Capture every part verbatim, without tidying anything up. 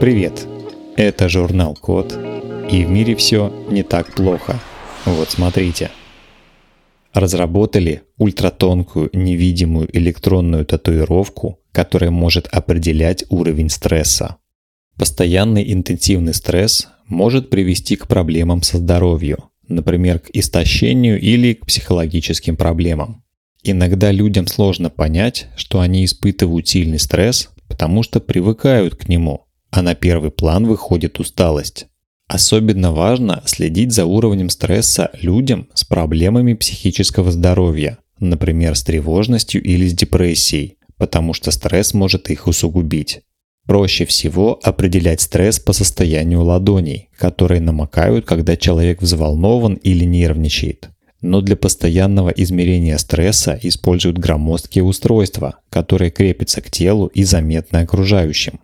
Привет! Это журнал Код, и в мире все не так плохо. Вот смотрите. Разработали ультратонкую невидимую электронную татуировку, которая может определять уровень стресса. Постоянный интенсивный стресс может привести к проблемам со здоровьем, например, к истощению или к психологическим проблемам. Иногда людям сложно понять, что они испытывают сильный стресс, потому что привыкают к нему, а на первый план выходит усталость. Особенно важно следить за уровнем стресса людям с проблемами психического здоровья, например, с тревожностью или с депрессией, потому что стресс может их усугубить. Проще всего определять стресс по состоянию ладоней, которые намокают, когда человек взволнован или нервничает. Но для постоянного измерения стресса используют громоздкие устройства, которые крепятся к телу и заметны окружающим.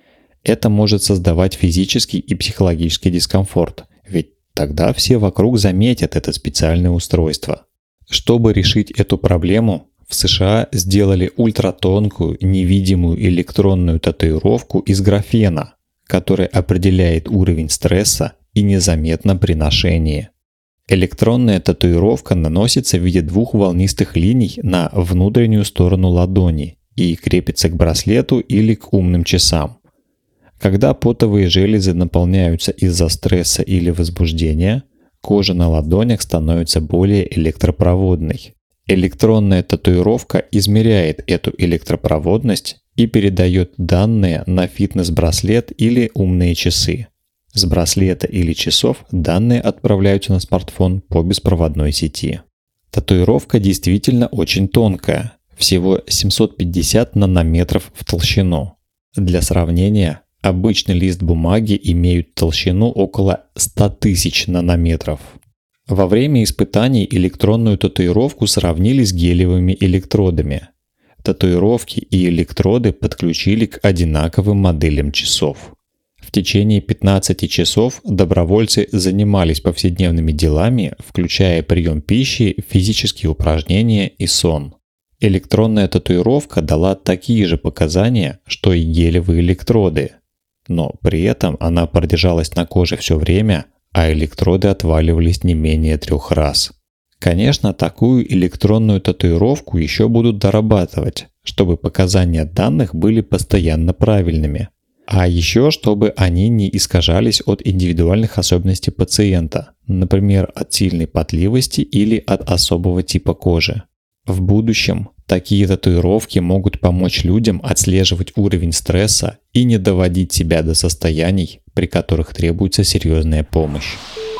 Это может создавать физический и психологический дискомфорт, ведь тогда все вокруг заметят это специальное устройство. Чтобы решить эту проблему, в США сделали ультратонкую невидимую электронную татуировку из графена, которая определяет уровень стресса и незаметно при ношении. Электронная татуировка наносится в виде двух волнистых линий на внутреннюю сторону ладони и крепится к браслету или к умным часам. Когда потовые железы наполняются из-за стресса или возбуждения, кожа на ладонях становится более электропроводной. Электронная татуировка измеряет эту электропроводность и передает данные на фитнес-браслет или умные часы. С браслета или часов данные отправляются на смартфон по беспроводной сети. Татуировка действительно очень тонкая, всего семьсот пятьдесят нанометров в толщину. Для сравнения, обычный лист бумаги имеет толщину около сто тысяч нанометров. Во время испытаний электронную татуировку сравнили с гелевыми электродами. Татуировки и электроды подключили к одинаковым моделям часов. В течение пятнадцати часов добровольцы занимались повседневными делами, включая прием пищи, физические упражнения и сон. Электронная татуировка дала такие же показания, что и гелевые электроды. Но при этом она продержалась на коже все время, а электроды отваливались не менее трех раз. Конечно, такую электронную татуировку еще будут дорабатывать, чтобы показания данных были постоянно правильными. А еще, чтобы они не искажались от индивидуальных особенностей пациента, например, от сильной потливости или от особого типа кожи. В будущем такие татуировки могут помочь людям отслеживать уровень стресса и не доводить себя до состояний, при которых требуется серьезная помощь.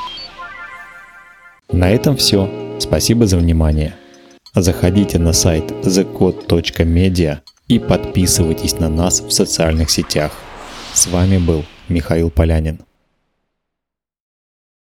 На этом все. Спасибо за внимание. Заходите на сайт the code точка media и подписывайтесь на нас в социальных сетях. С вами был Михаил Полянин.